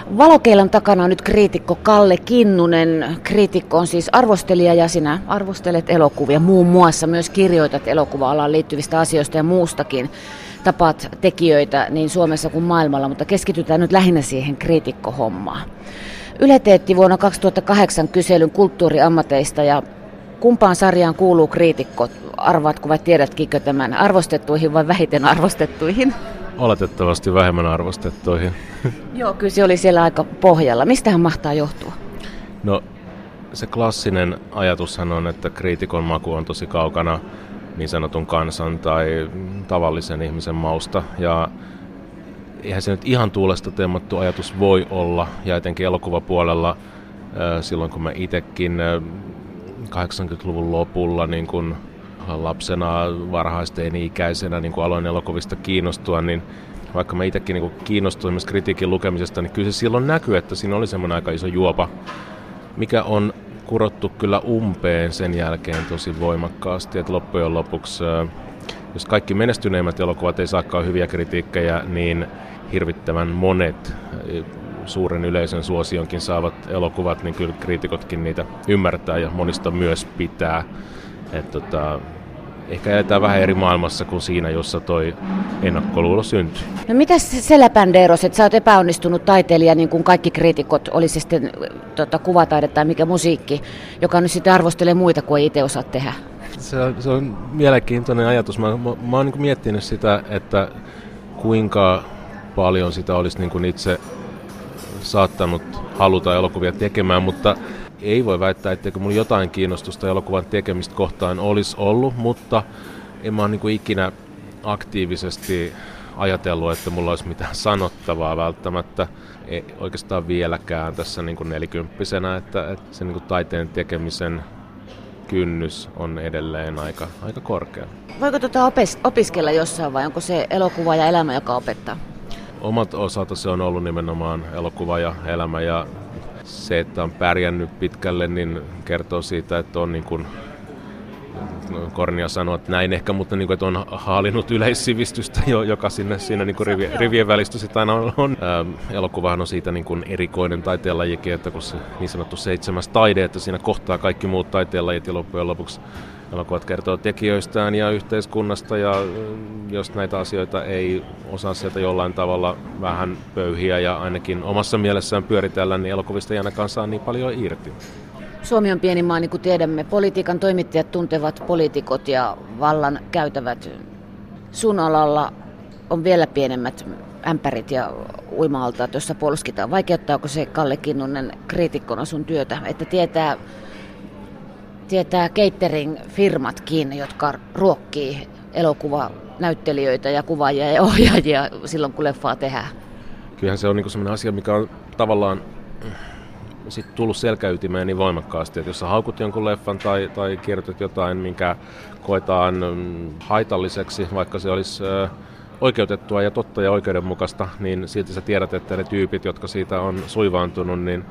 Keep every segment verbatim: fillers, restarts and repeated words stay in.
Valokeilan takana on nyt kriitikko Kalle Kinnunen. Kriitikko on siis arvostelija ja sinä arvostelet elokuvia. Muun muassa myös kirjoitat elokuva-alaan liittyvistä asioista ja muustakin. Tapaat tekijöitä niin Suomessa kuin maailmalla, mutta keskitytään nyt lähinnä siihen kriitikkohommaan. Yle teetti vuonna kaksituhattakahdeksan kyselyn kulttuuriammateista ja kumpaan sarjaan kuuluu kriitikko? Arvaatko vai tiedätkikö tämän? Arvostettuihin vai vähiten arvostettuihin? Oletettavasti vähemmän arvostettuihin. Joo, kyllä se oli siellä aika pohjalla. Mistähän mahtaa johtua? No, se klassinen ajatushan on, että kriitikon maku on tosi kaukana niin sanotun kansan tai tavallisen ihmisen mausta. Ja eihän se nyt ihan tuulesta temmattu ajatus voi olla, ja etenkin elokuvapuolella silloin kun mä itsekin kahdeksankymmentäluvun lopulla niin kun lapsena, varhaisteini-ikäisenä niin kun aloin elokuvista kiinnostua, niin vaikka mä itsekin niin kun kiinnostuin myös kritiikin lukemisesta, niin kyllä se silloin näkyy, että siinä oli semmoinen aika iso juopa, mikä on kurottu kyllä umpeen sen jälkeen tosi voimakkaasti, että loppujen lopuksi, jos kaikki menestyneimmät elokuvat ei saakaan hyviä kritiikkejä, niin hirvittävän monet suuren yleisön suosionkin saavat elokuvat, niin kyllä kriitikotkin niitä ymmärtää ja monista myös pitää. Et tota, ehkä eletään vähän eri maailmassa kuin siinä, jossa toi ennakkoluulo syntyy. No mitäs se läpändeeros, että sä oot epäonnistunut taiteilija, niin kuin kaikki kriitikot, oli se sitten tota, kuvataide tai mikä musiikki, joka nyt sitten arvostelee muita, kuin ei itse osaa tehdä? Se on, se on mielenkiintoinen ajatus. Mä, mä, mä oon niin kuin miettinyt sitä, että kuinka paljon sitä olisi niin kuin itse saattanut haluta elokuvia tekemään, mutta ei voi väittää, etteikö mulla jotain kiinnostusta elokuvan tekemistä kohtaan olisi ollut, mutta en mä ole niin kuin ikinä aktiivisesti ajatellut, että mulla olisi mitään sanottavaa välttämättä. Ei oikeastaan vieläkään tässä niin kuin nelikymppisenä, että, että se niin kuin taiteen tekemisen kynnys on edelleen aika, aika korkea. Voiko tuota opes- opiskella jossain vai onko se elokuva ja elämä, joka opettaa? Omat osalta se on ollut nimenomaan elokuva ja elämä, ja se, että on pärjännyt pitkälle, niin kertoo siitä, että on niin kuin kornia sanoa, että näin ehkä, mutta niin kuin, että on haalinnut yleissivistystä, joka sinne, siinä niin kuin rivien, rivien välistä sitä aina on. Ää, elokuvahan on siitä niin kuin erikoinen taiteenlajikin, että kun se niin sanottu seitsemäs taide, että siinä kohtaa kaikki muut taiteenlajit ja loppujen lopuksi elokuvat kertoo tekijöistään ja yhteiskunnasta, ja jos näitä asioita ei osaa sieltä jollain tavalla vähän pöyhiä ja ainakin omassa mielessään pyöritellä, niin elokuvista ei ainakaan saa niin paljon irti. Suomi on pieni maa, niin kuin tiedämme. Politiikan toimittajat tuntevat poliitikot ja vallan käytävät. Sun alalla on vielä pienemmät ämpärit ja uima-altaat, jossa polskitaan. Vaikeuttaako se, Kalle Kinnunen, kriitikkona sun työtä, että tietää, tietää catering-firmatkin, jotka ruokkii elokuvanäyttelijöitä ja kuvaajia ja ohjaajia silloin, kun leffaa tehdään? Kyllähän se on niin sellainen asia, mikä on tavallaan sit tullut selkäytimeen niin voimakkaasti, että jos sä haukut jonkun leffan tai, tai kirjoitat jotain, minkä koetaan haitalliseksi, vaikka se olisi oikeutettua ja totta ja oikeudenmukaista, niin silti sä tiedät, että ne tyypit, jotka siitä on suivaantunut, niin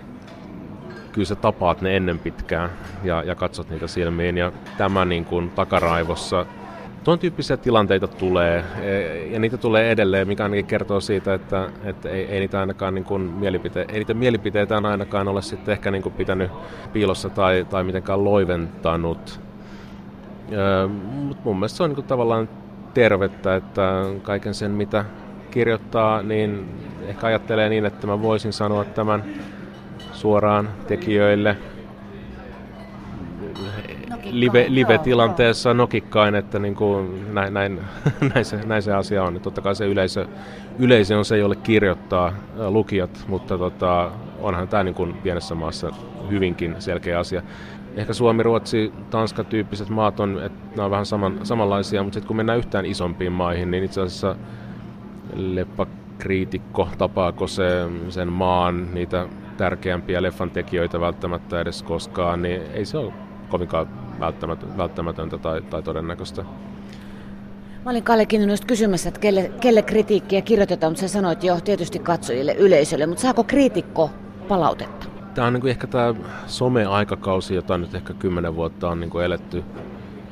kyllä sä tapaat ne ennen pitkään ja, ja katsot niitä silmiin. Ja tämä niin kuin takaraivossa, tuon tyyppisiä tilanteita tulee, ja niitä tulee edelleen, mikä ainakin kertoo siitä, että, että ei, ei, niitä ainakaan niin kuin mielipite, ei niitä mielipiteitä ainakaan ole sitten ehkä niin kuin pitänyt piilossa tai, tai mitenkään loiventanut. Mutta mun mielestä se on niin kuin tavallaan tervettä, että kaiken sen mitä kirjoittaa, niin ehkä ajattelee niin, että mä voisin sanoa tämän suoraan tekijöille live, live-tilanteessa nokikkain, että niin kuin näin, näin, näin, se, näin se asia on. Totta kai se yleisö, yleisö on se, jolle kirjoittaa lukijat, mutta tota, onhan tämä niin kuin pienessä maassa hyvinkin selkeä asia. Ehkä Suomi, Ruotsi, Tanska-tyyppiset maat on, että nämä on vähän saman, samanlaisia, mutta sitten kun mennään yhtään isompiin maihin, niin itse asiassa leppakriitikko, tapaako se sen maan niitä tärkeämpiä leffan tekijöitä välttämättä edes koskaan, niin ei se ole kovinkaan välttämätöntä tai, tai todennäköistä. Mä olin Kalle Kinnunen just kysymässä, että kelle, kelle kritiikkiä kirjoitetaan, mutta sä sanoit jo tietysti katsojille, yleisölle, mutta saako kriitikko palautetta? Tämä on niin kuin ehkä tämä some-aikakausi, jota nyt ehkä kymmenen vuotta on niin kuin eletty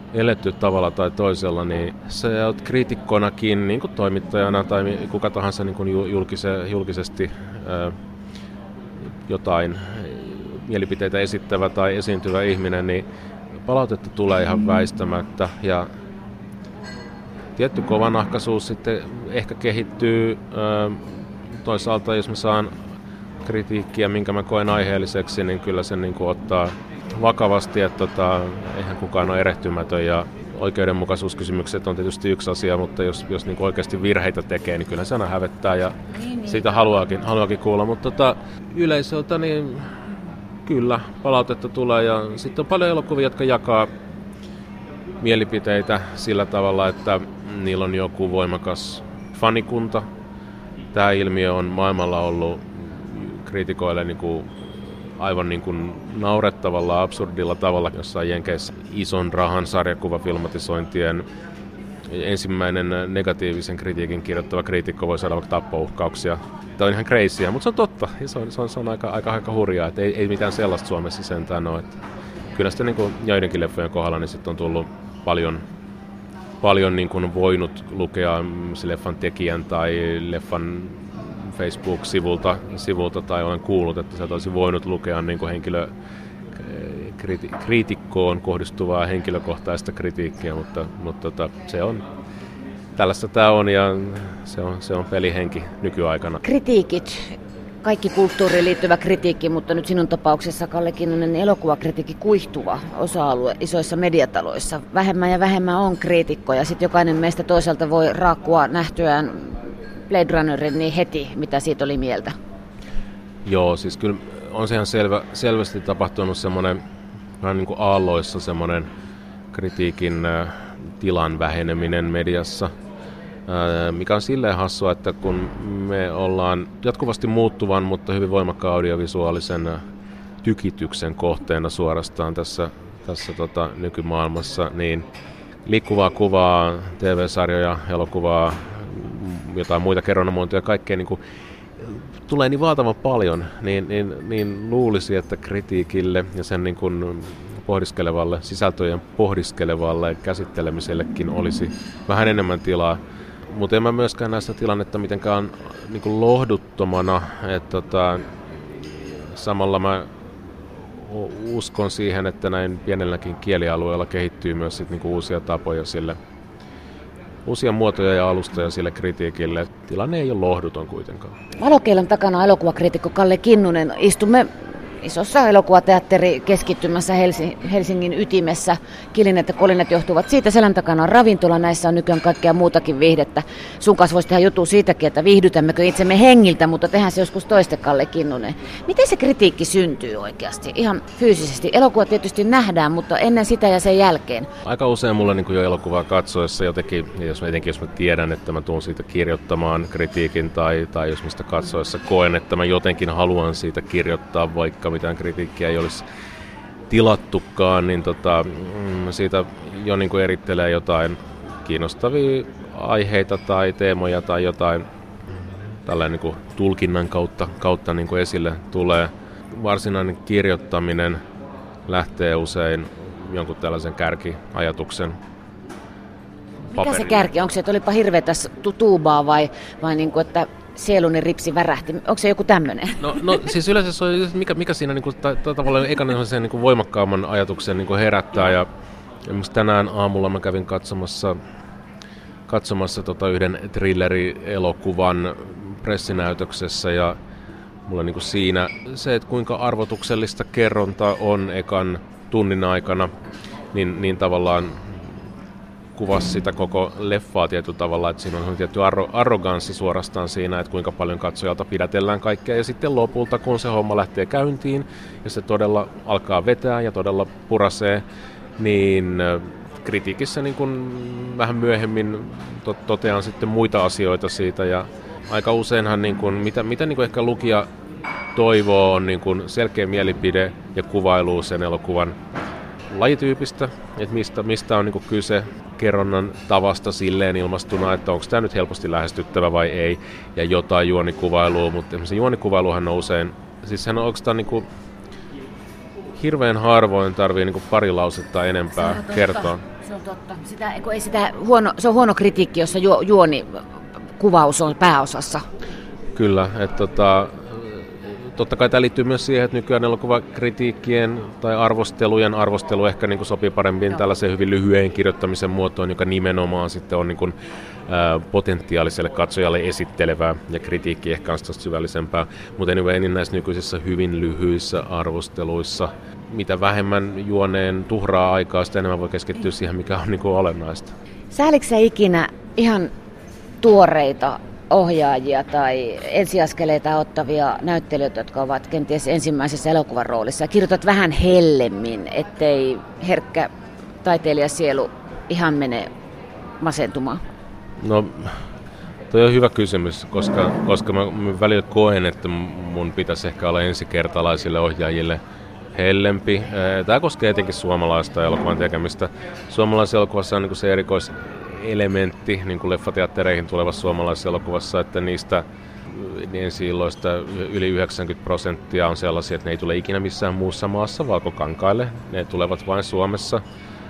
eletty tavalla tai toisella, niin sä oot kriitikkonakin niin kuin toimittajana tai kuka tahansa niin kuin julkise, julkisesti ää, jotain mielipiteitä esittävä tai esiintyvä ihminen, niin palautetta tulee ihan väistämättä ja tietty kovanahkaisuus sitten ehkä kehittyy. Ää, toisaalta jos mä saan kritiikkiä, minkä mä koen aiheelliseksi, niin kyllä sen niin kuin ottaa vakavasti, että tota, eihän kukaan ole erehtymätön ja oikeudenmukaisuuskysymykset on tietysti yksi asia, mutta jos, jos niin oikeasti virheitä tekee, niin kyllä se aina hävettää ja niin, siitä haluakin, haluakin kuulla. Mutta tota, yleisöltä niin kyllä palautetta tulee ja sitten on paljon elokuvia, jotka jakaa mielipiteitä sillä tavalla, että niillä on joku voimakas fanikunta. Tämä ilmiö on maailmalla ollut kriitikoille niin kuin aivan niin kuin naurettavalla, absurdilla tavalla jossain Jenkeissä ison rahan sarjakuvafilmatisointien ensimmäinen negatiivisen kritiikin kirjoittava kriitikko voi saada vaikka tappouhkauksia. Tämä on ihan crazyä, mutta se on totta. Se on, se on, se on aika, aika, aika hurjaa, että ei, ei mitään sellaista Suomessa sentään ole. Että kyllä sitten niin kuin joidenkin leffojen kohdalla niin sitten on tullut paljon, paljon niin kuin voinut lukea se leffan tekijän tai leffan Facebook-sivulta sivulta, tai olen kuullut, että sieltä olisi voinut lukea niin kuin henkilö, kriti, kriitikkoon kohdistuvaa henkilökohtaista kritiikkiä, mutta, mutta tota, se on, tällaista tämä on ja se on, se on pelihenki nykyaikana. Kritiikit, kaikki kulttuuriin liittyvä kritiikki, mutta nyt sinun tapauksessa, Kalle Kinnunen, elokuvakritiikki kuihtuva osa-alue isoissa mediataloissa. Vähemmän ja vähemmän on kriitikkoja, sitten jokainen meistä toisaalta voi raakkua nähtyään Blade Runnerin niin heti, mitä siitä oli mieltä. Joo, siis kyllä on se ihan selvä, selvästi tapahtunut semmoinen vähän niin kuin aalloissa semmoinen kritiikin äh, tilan väheneminen mediassa, äh, mikä on silleen hassua, että kun me ollaan jatkuvasti muuttuvan, mutta hyvin voimakkaan audiovisuaalisen äh, tykityksen kohteena suorastaan tässä, tässä tota, nykymaailmassa, niin liikkuvaa kuvaa, T V-sarjoja, elokuvaa, jotain muita kerronnamuotoja ja kaikkea niin kuin tulee niin valtavan paljon, niin, niin, niin luulisi, että kritiikille ja sen niin kuin pohdiskelevalle, sisältöjen pohdiskelevalle käsittelemisellekin olisi vähän enemmän tilaa. Mutta en mä myöskään näistä tilannetta mitenkään niin kuin lohduttomana, että tota, samalla mä uskon siihen, että näin pienelläkin kielialueella kehittyy myös sit niin kuin uusia tapoja sille, uusia muotoja ja alustoja sille kritiikille. Tilanne ei ole lohduton kuitenkaan. Valokeilan takana elokuvakriitikko Kalle Kinnunen. Istumme isossa elokuvateatteri keskittymässä Helsingin ytimessä. Kilinet ja kolinet johtuvat siitä. Selän takana on ravintola. Näissä on nykyään kaikkea muutakin viihdettä. Sun kanssa voisi tehdä juttua siitäkin, että viihdytämmekö itsemme hengiltä, mutta tehdään se joskus toiste, Kalle Kinnunen. Miten se kritiikki syntyy oikeasti? Ihan fyysisesti. Elokuva tietysti nähdään, mutta ennen sitä ja sen jälkeen. Aika usein mulle niin kuin jo elokuvaa katsoessa jotenkin, jos, etenkin jos mä tiedän, että mä tuun siitä kirjoittamaan kritiikin tai, tai jos mä sitä katsoessa koen, että mä jotenkin haluan siitä kirjoittaa, vaikka mitään kritiikkiä ei olisi tilattukaan, niin tota, siitä jo niin kuin erittelee jotain kiinnostavia aiheita tai teemoja tai jotain tällainen niin kuin tulkinnan kautta, kautta niin kuin esille tulee. Varsinainen kirjoittaminen lähtee usein jonkun tällaisen kärkiajatuksen paperille. Mikä se kärki? Onko se, että olipa hirveätä tuubaa vai, vai niin kuin, että sieluni ripsi värähti? Onko se joku tämmöinen? No, no siis yleensä se on, mikä, mikä siinä niin kuin, ta, ta, tavallaan ekana sen niin kuin voimakkaamman ajatuksen niin kuin herättää. Ja esimerkiksi tänään aamulla mä kävin katsomassa, katsomassa tota yhden thrillerielokuvan pressinäytöksessä ja mulla niin kuin siinä se, että kuinka arvotuksellista kerronta on ekan tunnin aikana, niin, niin tavallaan kuvasi sitä koko leffaa tietyllä tavalla, että siinä on tietty arro, arroganssi suorastaan siinä, että kuinka paljon katsojalta pidätellään kaikkea. Ja sitten lopulta, kun se homma lähtee käyntiin ja se todella alkaa vetää ja todella purasee, niin kritiikissä niin kuin vähän myöhemmin to, totean sitten muita asioita siitä. Ja aika useinhan, niin kuin, mitä, mitä niin kuin ehkä lukija toivoo, on niin kuin selkeä mielipide ja kuvailu sen elokuvan lajityypistä, että mistä, mistä on niin kuin kyse kerronnan tavasta silleen ilmastuna, että onko tämä nyt helposti lähestyttävä vai ei, ja jotain juonikuvailua, mutta se juonikuvailuhan on usein, siis sehän on oikeastaan niin kuin hirveän harvoin tarvii niin kuin pari lausetta enempää se kertoa. Se on totta. Sitä, ei sitä huono, se on huono kritiikki, jossa ju, juoni kuvaus on pääosassa. Kyllä, että tota, totta kai tämä liittyy myös siihen, että nykyään elokuvakritiikkien tai arvostelujen arvostelu ehkä niin kuin sopii paremmin tällaiseen hyvin lyhyen kirjoittamisen muotoon, joka nimenomaan sitten on niin kuin, ää, potentiaaliselle katsojalle esittelevää ja kritiikki ehkä on syvällisempää. Mutta anyway, niin näissä nykyisissä hyvin lyhyissä arvosteluissa, mitä vähemmän juoneen tuhraa aikaa, sitä enemmän voi keskittyä siihen, mikä on niin kuin olennaista. Säälitkö sä ikinä ihan tuoreita ohjaajia tai ensiaskeleita ottavia näyttelijöitä, jotka ovat kenties ensimmäisessä elokuvan roolissa, ja kirjoitat vähän hellemmin, ettei herkkä taiteilijasielu ihan mene masentumaan? No, toi on hyvä kysymys, koska, koska mä, mä välillä koen, että mun pitäisi ehkä olla ensikertalaisille ohjaajille hellempi. Tämä koskee etenkin suomalaista elokuvan tekemistä. Suomalaisessa elokuvassa on niin kuin se erikois elementti niin kuin leffateattereihin tulevassa suomalaisessa elokuvassa, että niistä ensi-illoista yli yhdeksänkymmentä prosenttia on sellaisia, että ne ei tule ikinä missään muussa maassa valkokankaille. Ne tulevat vain Suomessa.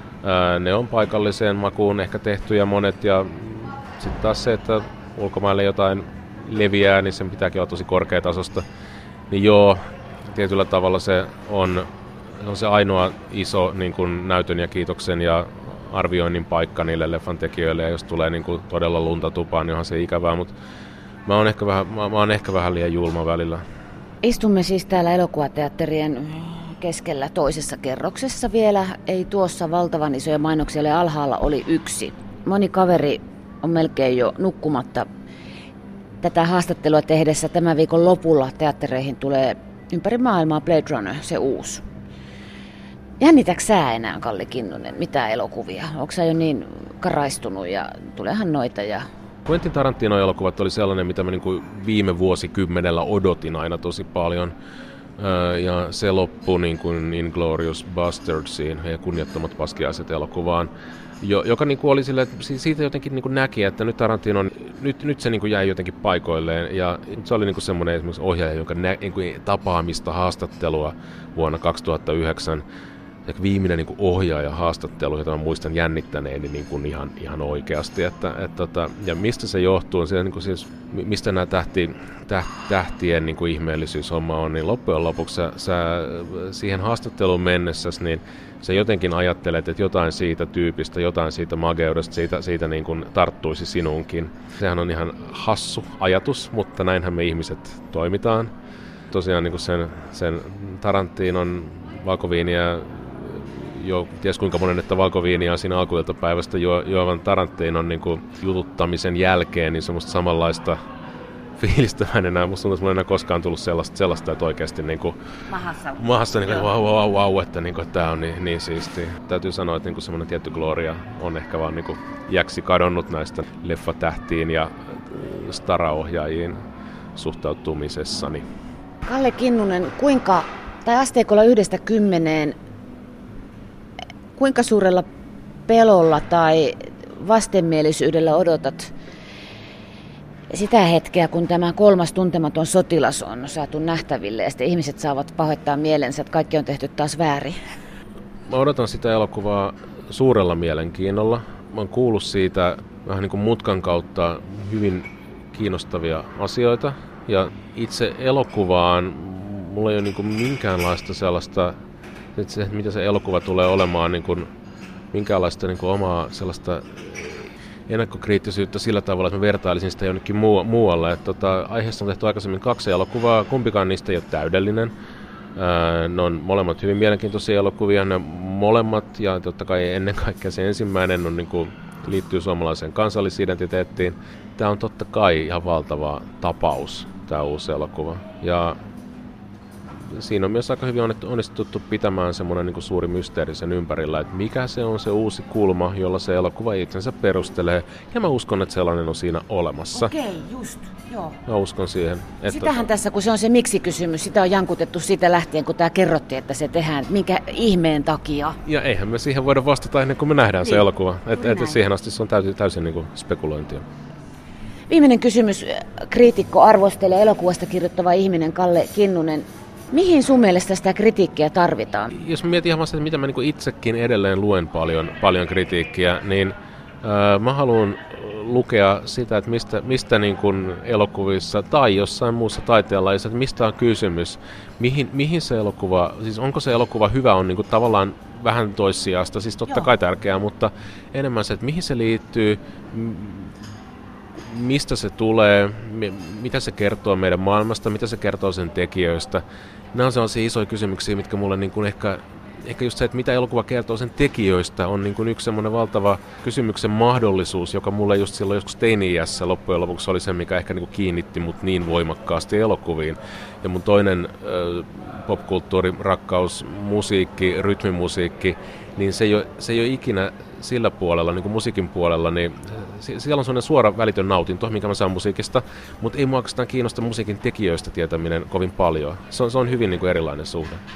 Ne on paikalliseen makuun ehkä tehtyjä monet, ja sitten taas se, että ulkomaille jotain leviää, niin sen pitääkin olla tosi korkeatasosta. Niin joo, tietyllä tavalla se on, on se ainoa iso niin kuin näytön ja kiitoksen ja arvioinnin paikka niille leffan tekijöille, ja jos tulee niin kuin todella lunta tupaan, niin onhan se ikävää, mutta mä oon ehkä vähän, mä, mä oon ehkä vähän liian julma välillä. Istumme siis täällä elokuvateatterien keskellä toisessa kerroksessa vielä. Ei tuossa valtavan isoja mainoksia ole, alhaalla oli yksi. Moni kaveri on melkein jo nukkumatta. Tätä haastattelua tehdessä tämän viikon lopulla teattereihin tulee ympäri maailmaa Blade Runner, se uusi. Jännitätkö sä enää, Kalle Kinnunen, mitään elokuvia? Onko sä jo niin karaistunut ja tuleehan noita? Ja... Quentin Tarantinon elokuvat oli sellainen, mitä mä niin kuin viime vuosikymmenellä odotin aina tosi paljon. Ja se loppui niin kuin Inglourious Bastardsiin ja Kunniattomat paskiaiset elokuvaan, joka niin kuin oli sille, että siitä jotenkin niin kuin näki, että nyt Tarantino, nyt, nyt se niin kuin jäi jotenkin paikoilleen. Ja se oli niin kuin semmoinen esimerkiksi ohjaaja, jonka nä, niin kuin tapaamista, haastattelua vuonna kaksituhattayhdeksän. Viimeinen niin kuin ohjaaja haastattelu, jota mä muistan jännittäneeni niin kuin ihan, ihan oikeasti. Että, et, tota, ja mistä se johtuu, se, niin kuin siis, mistä nämä tähti, täht, tähtien niin kuin ihmeellisyyshomma on, niin loppujen lopuksi sä, sä siihen haastatteluun mennessäsi, niin sä jotenkin ajattelet, että jotain siitä tyypistä, jotain siitä mageudesta, siitä, siitä niin kuin tarttuisi sinunkin. Sehän on ihan hassu ajatus, mutta näinhän me ihmiset toimitaan. Tosiaan niin kuin sen, sen Tarantinon valkoviiniä, jo ties kuinka monen, että valkoviiniä siinä alkuiltapäivästä juo, juovan Tarantinon niin kuin jututtamisen jälkeen, niin semmoista samanlaista fiilistä mä en enää, musta tuntuu, että mulla ei enää koskaan tullut sellaista, sellaista että oikeasti niin kuin mahassa, mahassa niin kuin, wow, wow, wow, että, niin kuin, että tää on niin, niin siistiä. Täytyy sanoa, että niin kuin semmoinen tietty gloria on ehkä vaan niin kuin jäksi kadonnut näistä leffatähtiin ja staraohjaajiin suhtautumisessani. Kalle Kinnunen, kuinka, tai asteikolla yhdestä kymmeneen, kuinka suurella pelolla tai vastenmielisyydellä odotat sitä hetkeä, kun tämä kolmas tuntematon sotilas on saatu nähtäville ja sitten ihmiset saavat pahoittaa mielensä, että kaikki on tehty taas väärin? Mä odotan sitä elokuvaa suurella mielenkiinnolla. Mä oon kuullut siitä vähän niin kuin mutkan kautta hyvin kiinnostavia asioita. Ja itse elokuvaan mulla ei ole niin kuin minkäänlaista sellaista, että se, mitä se elokuva tulee olemaan, niin kuin minkäänlaista niin kuin omaa sellaista ennakkokriittisyyttä sillä tavalla, että mä vertailisin sitä jonnekin muu- muualle. Että tota, aiheesta on tehty aikaisemmin kaksi elokuvaa, kumpikaan niistä ei ole täydellinen. Ää, ne on molemmat hyvin mielenkiintoisia elokuvia, ne molemmat, ja totta kai ennen kaikkea se ensimmäinen on, niin kuin, liittyy suomalaiseen kansallisidentiteettiin. Tämä on totta kai ihan valtava tapaus, tämä uusi elokuva. Ja siinä on myös aika hyvin onnistuttu pitämään semmoinen niin kuin suuri mysteeri sen ympärillä, että mikä se on se uusi kulma, jolla se elokuva itsensä perustelee. Ja mä uskon, että sellainen on siinä olemassa. Okei, just, joo. Mä uskon siihen. Että Sitähän tässä, kun se on se miksi-kysymys, sitä on jankutettu siitä lähtien, kun tämä kerrottiin, että se tehdään, minkä ihmeen takia. Ja eihän me siihen voida vastata ennen kuin me nähdään niin se elokuva. Että et siihen asti se on täysin, täysin niin kuin spekulointia. Viimeinen kysymys. Kriitikko, arvostelija, elokuvasta kirjoittava ihminen Kalle Kinnunen. Mihin sun mielestä sitä kritiikkiä tarvitaan? Jos mietin ihan sitä, että mitä mä niin itsekin edelleen luen paljon, paljon kritiikkiä, niin ää, mä haluan lukea sitä, että mistä, mistä niin kuin elokuvissa tai jossain muussa taiteenlajissa, että mistä on kysymys, mihin, mihin se elokuva, siis onko se elokuva hyvä, on niin kuin tavallaan vähän toissijasta, siis totta Joo. kai tärkeää, mutta enemmän se, että mihin se liittyy, mistä se tulee, mitä se kertoo meidän maailmasta, mitä se kertoo sen tekijöistä. Nämä on sellaisia isoja kysymyksiä, mitkä mulle niin kuin ehkä, ehkä just se, että mitä elokuva kertoo sen tekijöistä, on niin kuin yksi semmoinen valtava kysymyksen mahdollisuus, joka mulle just silloin joskus teini-iässä loppujen lopuksi oli se, mikä ehkä niin kuin kiinnitti mut niin voimakkaasti elokuviin. Ja mun toinen äh, popkulttuuri, rakkaus, musiikki, rytmimusiikki, niin se ei ole, se ei ole ikinä sillä puolella, niin kuin musiikin puolella, niin siellä on sellainen suora välitön nautinto, minkä mä saan musiikista, mutta ei mua oikeastaan kiinnosta musiikin tekijöistä tietäminen kovin paljon. Se on, se on hyvin niin kuin erilainen suhde.